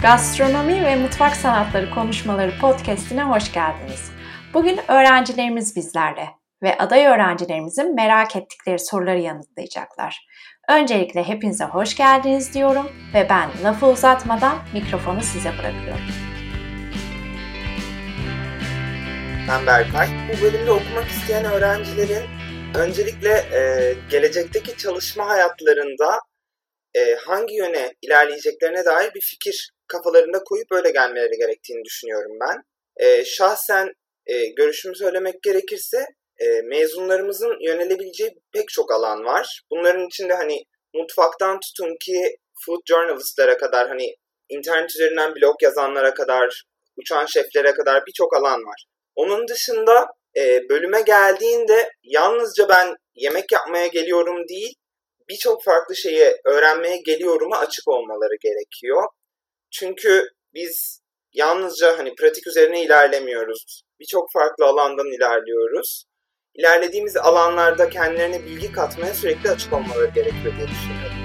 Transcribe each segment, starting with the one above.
Gastronomi ve Mutfak Sanatları Konuşmaları podcast'ine hoş geldiniz. Bugün öğrencilerimiz bizlerle ve aday öğrencilerimizin merak ettikleri soruları yanıtlayacaklar. Öncelikle hepinize hoş geldiniz diyorum ve ben lafı uzatmadan mikrofonu size bırakıyorum. Ben Berkay. Bu bölümde okumak isteyen öğrencilerin öncelikle gelecekteki çalışma hayatlarında hangi yöne ilerleyeceklerine dair bir fikir kafalarında koyup öyle gelmeleri gerektiğini düşünüyorum ben. Şahsen görüşümü söylemek gerekirse mezunlarımızın yönelebileceği pek çok alan var. Bunların içinde mutfaktan tutun ki food journalistlere kadar, internet üzerinden blog yazanlara kadar, uçan şeflere kadar birçok alan var. Onun dışında bölüme geldiğinde yalnızca ben yemek yapmaya geliyorum değil, birçok farklı şeyi öğrenmeye geliyorum'a açık olmaları gerekiyor. Çünkü biz yalnızca pratik üzerine ilerlemiyoruz. Birçok farklı alandan ilerliyoruz. İlerlediğimiz alanlarda kendilerine bilgi katmaya sürekli açık olmaları gerekiyor diye düşünüyorum.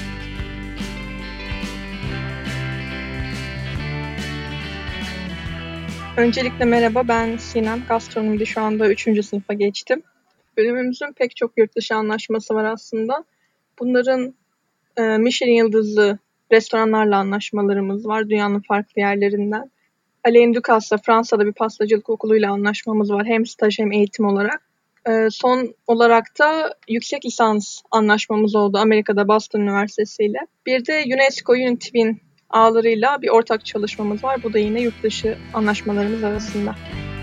Öncelikle merhaba, ben Sinem. Gastronomide şu anda 3. sınıfa geçtim. Bölümümüzün pek çok yurt dışı anlaşması var aslında. Bunların Michelin yıldızlı restoranlarla anlaşmalarımız var dünyanın farklı yerlerinden. Alain Ducas'la Fransa'da bir pastacılık okuluyla anlaşmamız var hem staj hem eğitim olarak. Son olarak da yüksek lisans anlaşmamız oldu Amerika'da Boston Üniversitesi ile. Bir de UNESCO UNITWIN ağlarıyla bir ortak çalışmamız var. Bu da yine yurt dışı anlaşmalarımız arasında.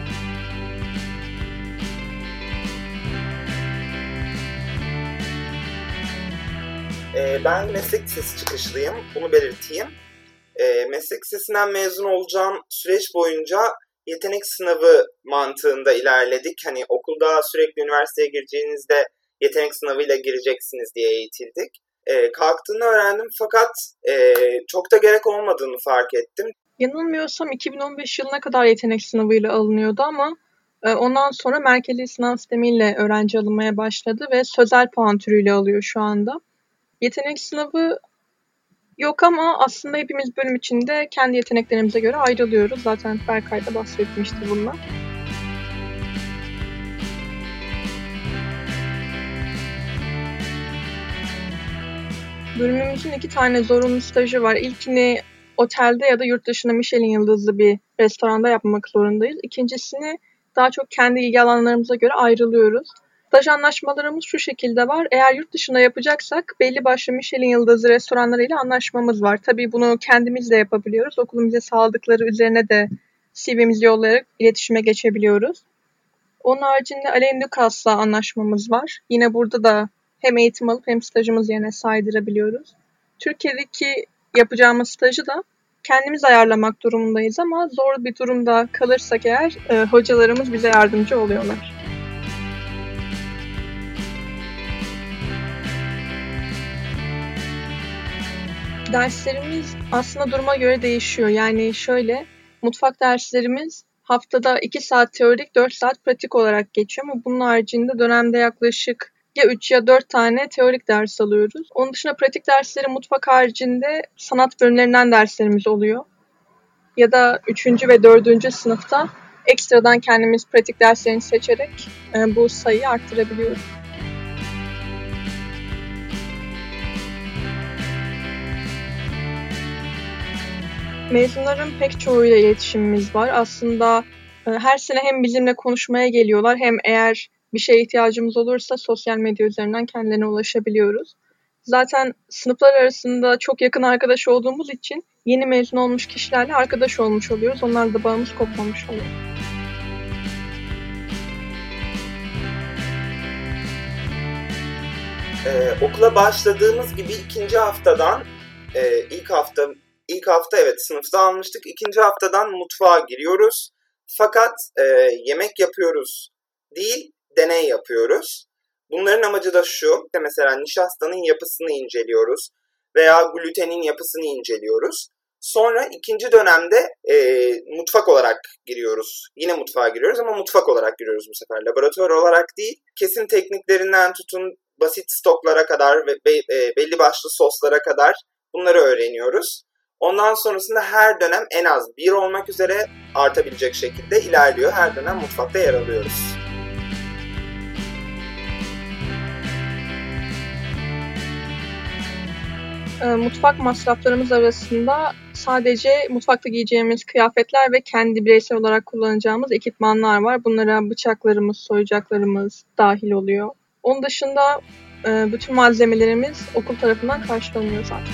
Ben meslek lisesi çıkışlıyım. Bunu belirteyim. Meslek lisesinden mezun olacağım süreç boyunca yetenek sınavı mantığında ilerledik. Okulda sürekli üniversiteye gireceğinizde yetenek sınavıyla gireceksiniz diye eğitildik. Kalktığını öğrendim fakat çok da gerek olmadığını fark ettim. Yanılmıyorsam 2015 yılına kadar yetenek sınavıyla alınıyordu ama ondan sonra merkezi sınav sistemiyle öğrenci alınmaya başladı ve sözel puan türüyle alıyor şu anda. Yetenek sınavı yok ama aslında hepimiz bölüm içinde kendi yeteneklerimize göre ayrılıyoruz. Zaten Berkay da bahsetmişti bundan. Bölümümüzün 2 tane zorunlu stajı var. İlkini otelde ya da yurt dışında Michelin yıldızlı bir restoranda yapmak zorundayız. İkincisini daha çok kendi ilgi alanlarımıza göre ayrılıyoruz. Staj anlaşmalarımız şu şekilde var. Eğer yurt dışında yapacaksak belli başlı Michelin yıldızlı restoranlarıyla anlaşmamız var. Tabii bunu kendimiz de yapabiliyoruz. Okulun bize sağladıkları üzerine de CV'mizi yollayarak iletişime geçebiliyoruz. Onun haricinde Alain Ducas'la anlaşmamız var. Yine burada da hem eğitim alıp hem stajımız yerine saydırabiliyoruz. Türkiye'deki yapacağımız stajı da kendimiz ayarlamak durumundayız ama zor bir durumda kalırsak eğer hocalarımız bize yardımcı oluyorlar. Derslerimiz aslında duruma göre değişiyor. Yani şöyle, mutfak derslerimiz haftada 2 saat teorik, 4 saat pratik olarak geçiyor ama bunun haricinde dönemde yaklaşık ya 3 ya 4 tane teorik ders alıyoruz. Onun dışında pratik dersleri mutfak haricinde sanat bölümlerinden derslerimiz oluyor. Ya da 3. ve 4. sınıfta ekstradan kendimiz pratik derslerini seçerek bu sayıyı arttırabiliyoruz. Mezunların pek çoğuyla iletişimimiz var. Aslında her sene hem bizimle konuşmaya geliyorlar hem eğer bir şeye ihtiyacımız olursa sosyal medya üzerinden kendilerine ulaşabiliyoruz. Zaten sınıflar arasında çok yakın arkadaş olduğumuz için yeni mezun olmuş kişilerle arkadaş olmuş oluyoruz. Onlarla da bağımız kopmamış oluyor. Okula başladığımız gibi ikinci haftadan ilk hafta evet sınıfta almıştık. İkinci haftadan mutfağa giriyoruz. Fakat yemek yapıyoruz değil, deney yapıyoruz. Bunların amacı da şu. Mesela nişastanın yapısını inceliyoruz veya glutenin yapısını inceliyoruz. Sonra ikinci dönemde mutfak olarak giriyoruz. Yine mutfağa giriyoruz ama mutfak olarak giriyoruz bu sefer. Laboratuvar olarak değil. Kesim tekniklerinden tutun basit stoklara kadar ve belli başlı soslara kadar bunları öğreniyoruz. Ondan sonrasında her dönem en az 1 olmak üzere artabilecek şekilde ilerliyor. Her dönem mutfakta yer alıyoruz. Mutfak masraflarımız arasında sadece mutfakta giyeceğimiz kıyafetler ve kendi bireysel olarak kullanacağımız ekipmanlar var. Bunlara bıçaklarımız, soyacaklarımız dahil oluyor. Onun dışında bütün malzemelerimiz okul tarafından karşılanıyor zaten.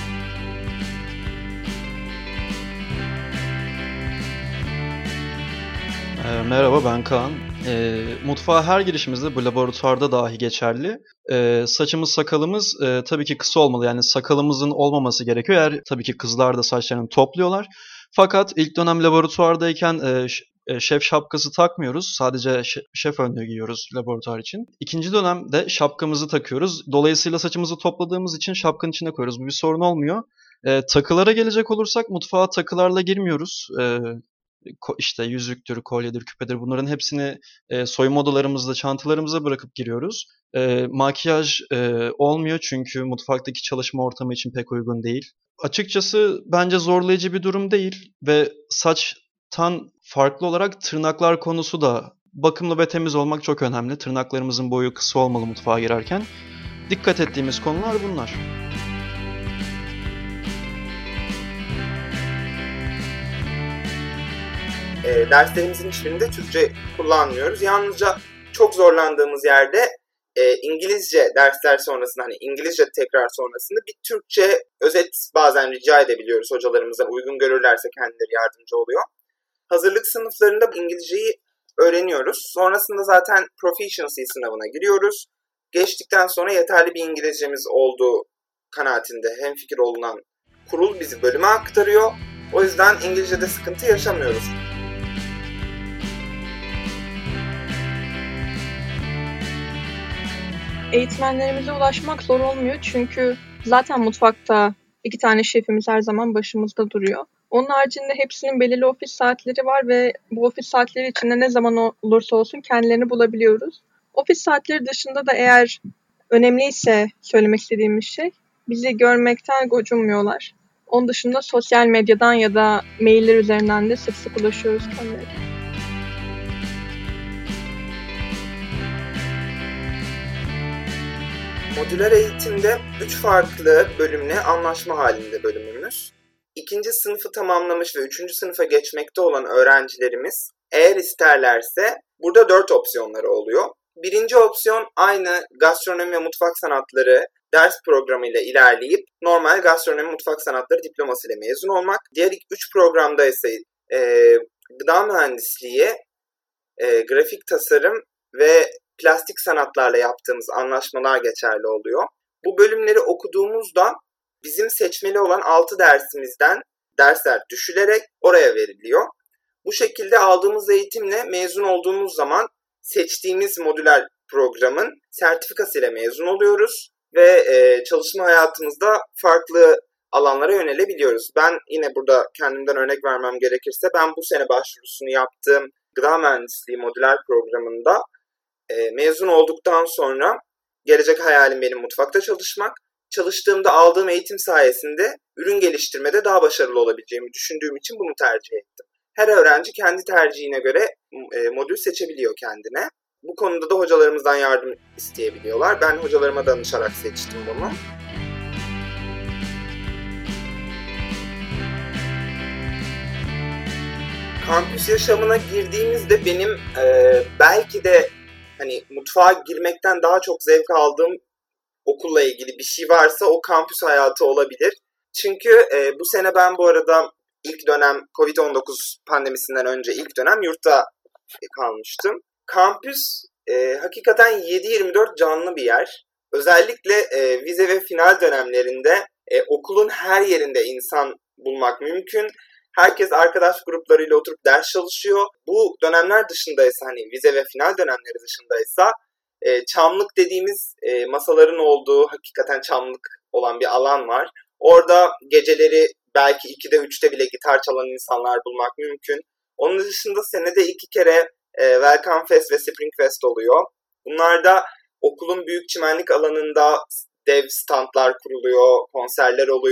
Merhaba, ben Kaan. Mutfağa her girişimizde, bu laboratuvarda dahi geçerli. Saçımız, sakalımız tabii ki kısa olmalı. Yani sakalımızın olmaması gerekiyor. Eğer tabii ki kızlar da saçlarını topluyorlar. Fakat ilk dönem laboratuvardayken şef şapkası takmıyoruz. Sadece şef önlüğü giyiyoruz laboratuvar için. İkinci dönemde şapkamızı takıyoruz. Dolayısıyla saçımızı topladığımız için şapkanın içine koyuyoruz. Bu bir sorun olmuyor. Takılara gelecek olursak mutfağa takılarla girmiyoruz. İşte yüzüktür, kolyedir, küpedir, bunların hepsini soyunma odalarımızda, çantalarımıza bırakıp giriyoruz. Makyaj olmuyor çünkü mutfaktaki çalışma ortamı için pek uygun değil. Açıkçası bence zorlayıcı bir durum değil ve saçtan farklı olarak tırnaklar konusu da, bakımlı ve temiz olmak çok önemli. Tırnaklarımızın boyu kısa olmalı mutfağa girerken. Dikkat ettiğimiz konular bunlar. Derslerimizin hiçbirinde Türkçe kullanmıyoruz. Yalnızca çok zorlandığımız yerde İngilizce dersler sonrasında, hani İngilizce tekrar sonrasında bir Türkçe özet bazen rica edebiliyoruz hocalarımızdan. Uygun görürlerse kendileri yardımcı oluyor. Hazırlık sınıflarında İngilizceyi öğreniyoruz. Sonrasında zaten Proficiency sınavına giriyoruz. Geçtikten sonra yeterli bir İngilizcemiz olduğu kanaatinde hemfikir olunan kurul bizi bölüme aktarıyor. O yüzden İngilizce'de sıkıntı yaşamıyoruz. Eğitmenlerimize ulaşmak zor olmuyor çünkü zaten mutfakta 2 tane şefimiz her zaman başımızda duruyor. Onun haricinde hepsinin belirli ofis saatleri var ve bu ofis saatleri içinde ne zaman olursa olsun kendilerini bulabiliyoruz. Ofis saatleri dışında da eğer önemliyse söylemek istediğimiz şey, bizi görmekten gocunmuyorlar. Onun dışında sosyal medyadan ya da mailler üzerinden de sık sık ulaşıyoruz kendilerine. Modüler eğitimde 3 farklı bölümle anlaşma halinde bölümümüz. 2. sınıfı tamamlamış ve 3. sınıfa geçmekte olan öğrencilerimiz eğer isterlerse burada 4 opsiyonları oluyor. Birinci opsiyon aynı gastronomi ve mutfak sanatları ders programıyla ilerleyip normal gastronomi mutfak sanatları diploması ile mezun olmak. Diğer 3 programda ise gıda mühendisliği, grafik tasarım ve plastik sanatlarla yaptığımız anlaşmalar geçerli oluyor. Bu bölümleri okuduğumuzda bizim seçmeli olan 6 dersimizden dersler düşülerek oraya veriliyor. Bu şekilde aldığımız eğitimle mezun olduğumuz zaman seçtiğimiz modüler programın sertifikasıyla mezun oluyoruz ve çalışma hayatımızda farklı alanlara yönelebiliyoruz. Ben yine burada kendimden örnek vermem gerekirse ben bu sene başvurusunu yaptığım gıda mühendisliği modüler programında mezun olduktan sonra gelecek hayalim benim mutfakta çalışmak. Çalıştığımda aldığım eğitim sayesinde ürün geliştirmede daha başarılı olabileceğimi düşündüğüm için bunu tercih ettim. Her öğrenci kendi tercihine göre modül seçebiliyor kendine. Bu konuda da hocalarımızdan yardım isteyebiliyorlar. Ben hocalarıma danışarak seçtim bunu. Kampüs yaşamına girdiğimizde benim belki de hani mutfağa girmekten daha çok zevk aldığım okulla ilgili bir şey varsa o kampüs hayatı olabilir. Çünkü bu sene ben bu arada ilk dönem Covid-19 pandemisinden önce ilk dönem yurtta kalmıştım. Kampüs hakikaten 7/24 canlı bir yer. Özellikle vize ve final dönemlerinde okulun her yerinde insan bulmak mümkün. Herkes arkadaş gruplarıyla oturup ders çalışıyor. Bu dönemler dışındaysa, hani vize ve final dönemleri dışındaysa çamlık dediğimiz masaların olduğu hakikaten çamlık olan bir alan var. Orada geceleri belki 2'de 3'te bile gitar çalan insanlar bulmak mümkün. Onun dışında senede 2 kere Welcome Fest ve Spring Fest oluyor. Bunlarda okulun büyük çimenlik alanında dev standlar kuruluyor, konserler oluyor.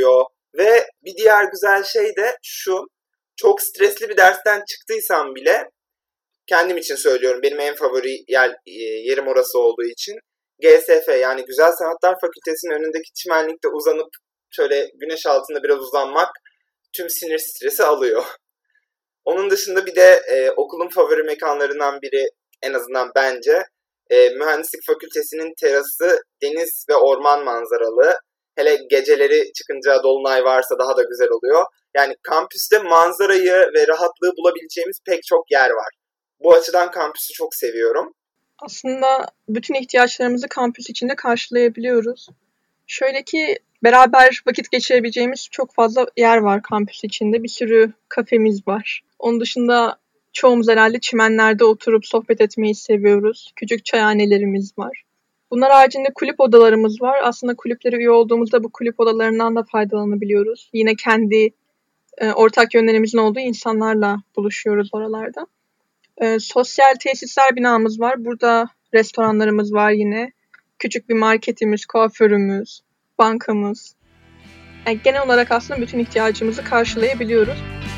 Ve bir diğer güzel şey de şu, çok stresli bir dersten çıktıysam bile, kendim için söylüyorum, benim en favori yerim orası olduğu için, GSF yani Güzel Sanatlar Fakültesi'nin önündeki çimenlikte uzanıp şöyle güneş altında biraz uzanmak tüm sinir stresi alıyor. Onun dışında bir de okulun favori mekanlarından biri, en azından bence, Mühendislik Fakültesi'nin terası deniz ve orman manzaralı. Hele geceleri çıkınca dolunay varsa daha da güzel oluyor. Yani kampüste manzarayı ve rahatlığı bulabileceğimiz pek çok yer var. Bu açıdan kampüsü çok seviyorum. Aslında bütün ihtiyaçlarımızı kampüs içinde karşılayabiliyoruz. Şöyle ki beraber vakit geçirebileceğimiz çok fazla yer var kampüs içinde. Bir sürü kafemiz var. Onun dışında çoğumuz herhalde çimenlerde oturup sohbet etmeyi seviyoruz. Küçük çayhanelerimiz var. Bunlar haricinde kulüp odalarımız var. Aslında kulüplere üye olduğumuzda bu kulüp odalarından da faydalanabiliyoruz. Yine kendi ortak yönlerimizin olduğu insanlarla buluşuyoruz oralarda. Sosyal tesisler binamız var. Burada restoranlarımız var yine. Küçük bir marketimiz, kuaförümüz, bankamız. Yani genel olarak aslında bütün ihtiyacımızı karşılayabiliyoruz.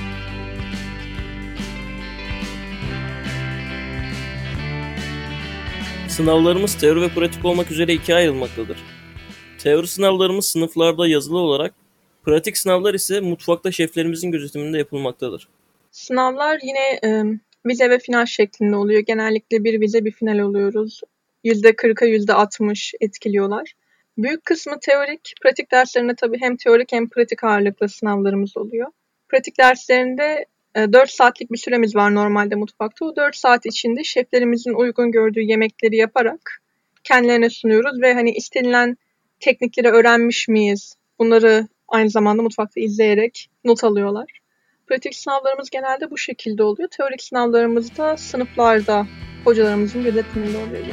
Sınavlarımız teori ve pratik olmak üzere ikiye ayrılmaktadır. Teori sınavlarımız sınıflarda yazılı olarak, pratik sınavlar ise mutfakta şeflerimizin gözetiminde yapılmaktadır. Sınavlar yine vize ve final şeklinde oluyor. Genellikle bir vize bir final oluyoruz. %40'a %60 etkiliyorlar. Büyük kısmı teorik. Pratik derslerinde tabii hem teorik hem pratik ağırlıklı sınavlarımız oluyor. Pratik derslerinde 4 saatlik bir süremiz var normalde mutfakta. O 4 saat içinde şeflerimizin uygun gördüğü yemekleri yaparak kendilerine sunuyoruz ve hani istenilen teknikleri öğrenmiş miyiz? Bunları aynı zamanda mutfakta izleyerek not alıyorlar. Pratik sınavlarımız genelde bu şekilde oluyor. Teorik sınavlarımız da sınıflarda hocalarımızın gözetiminde oluyor.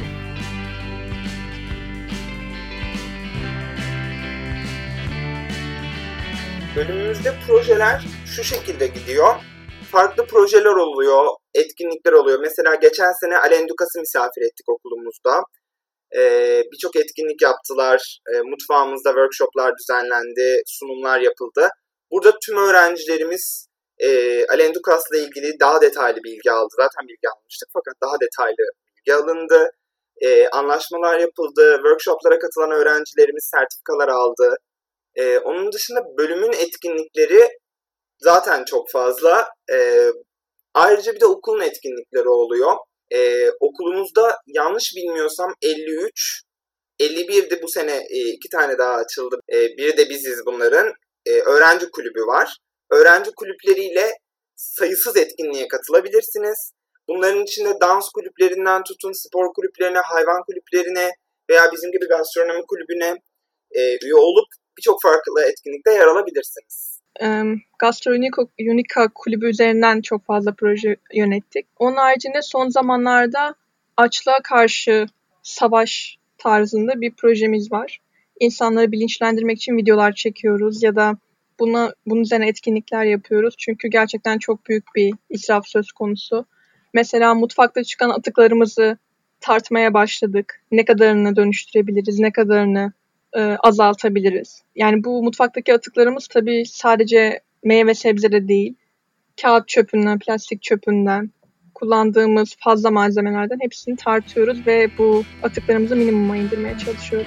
Bölümümüzde projeler şu şekilde gidiyor. Farklı projeler oluyor, etkinlikler oluyor. Mesela geçen sene Alain Ducas'ı misafir ettik okulumuzda. Birçok etkinlik yaptılar. Mutfağımızda workshoplar düzenlendi, sunumlar yapıldı. Burada tüm öğrencilerimiz Alain Ducas'la ilgili daha detaylı bilgi aldı. Zaten bilgi almıştık fakat daha detaylı bilgi alındı. Anlaşmalar yapıldı. Workshoplara katılan öğrencilerimiz sertifikalar aldı. Onun dışında bölümün etkinlikleri zaten çok fazla. Ayrıca bir de okulun etkinlikleri oluyor. Okulumuzda yanlış bilmiyorsam 53, 51'di bu sene 2 tane daha açıldı. Biri de biziz bunların. Öğrenci kulübü var. Öğrenci kulüpleriyle sayısız etkinliğe katılabilirsiniz. Bunların içinde dans kulüplerinden tutun, spor kulüplerine, hayvan kulüplerine veya bizim gibi gastronomi kulübüne üye olup birçok farklı etkinlikte yer alabilirsiniz. Gastronomi kulübü üzerinden çok fazla proje yönettik. Onun haricinde son zamanlarda açlığa karşı savaş tarzında bir projemiz var. İnsanları bilinçlendirmek için videolar çekiyoruz ya da bunun üzerine etkinlikler yapıyoruz. Çünkü gerçekten çok büyük bir israf söz konusu. Mesela mutfakta çıkan atıklarımızı tartmaya başladık. Ne kadarını dönüştürebiliriz, ne kadarını azaltabiliriz. Yani bu mutfaktaki atıklarımız tabii sadece meyve sebze de değil. Kağıt çöpünden, plastik çöpünden, kullandığımız fazla malzemelerden hepsini tartıyoruz ve bu atıklarımızı minimuma indirmeye çalışıyoruz.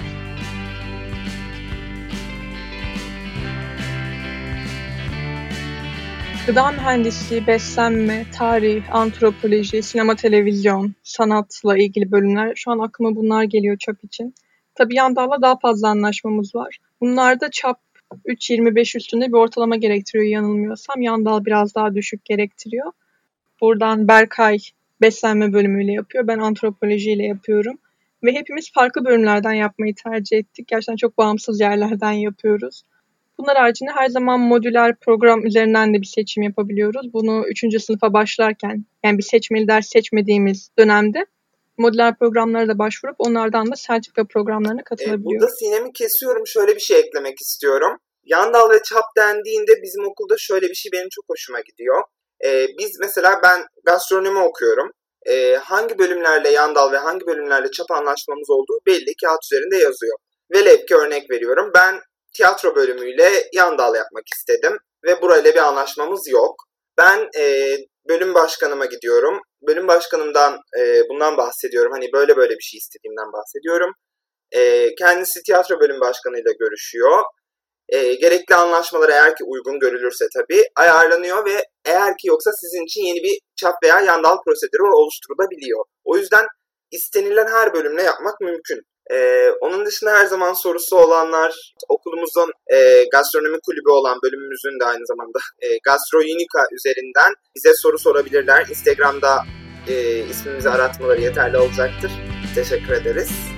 Gıda mühendisliği, beslenme, tarih, antropoloji, sinema, televizyon, sanatla ilgili bölümler. Şu an aklıma bunlar geliyor çap için. Tabii Yandal'la daha fazla anlaşmamız var. Bunlarda çap 3.25 üstünde bir ortalama gerektiriyor yanılmıyorsam. Yandal biraz daha düşük gerektiriyor. Buradan Berkay beslenme bölümüyle yapıyor. Ben antropolojiyle yapıyorum. Ve hepimiz farklı bölümlerden yapmayı tercih ettik. Gerçekten çok bağımsız yerlerden yapıyoruz. Bunlar haricinde her zaman modüler program üzerinden de bir seçim yapabiliyoruz. Bunu 3. sınıfa başlarken, yani bir seçmeli ders seçmediğimiz dönemde modüler programlara da başvurup onlardan da sertifika programlarına katılabiliyoruz. Burada Sinem'i kesiyorum. Şöyle bir şey eklemek istiyorum. Yandal ve çap dendiğinde bizim okulda şöyle bir şey benim çok hoşuma gidiyor. Biz mesela ben gastronomi okuyorum. Hangi bölümlerle Yandal ve hangi bölümlerle çap anlaşmamız olduğu belli, kağıt üzerinde yazıyor. Velev ki örnek veriyorum. Ben tiyatro bölümüyle yan dal yapmak istedim ve burayla bir anlaşmamız yok. Ben bölüm başkanıma gidiyorum. Bölüm başkanımdan bundan bahsediyorum. Hani böyle bir şey istediğimden bahsediyorum. Kendisi tiyatro bölüm başkanıyla görüşüyor. Gerekli anlaşmalar eğer ki uygun görülürse tabii ayarlanıyor ve eğer ki yoksa sizin için yeni bir çap veya yandal prosedürü oluşturulabiliyor. O yüzden istenilen her bölümle yapmak mümkün. Onun dışında her zaman sorusu olanlar, okulumuzun gastronomi kulübü olan bölümümüzün de aynı zamanda Gastrounica üzerinden bize soru sorabilirler. Instagram'da ismimizi aratmaları yeterli olacaktır. Teşekkür ederiz.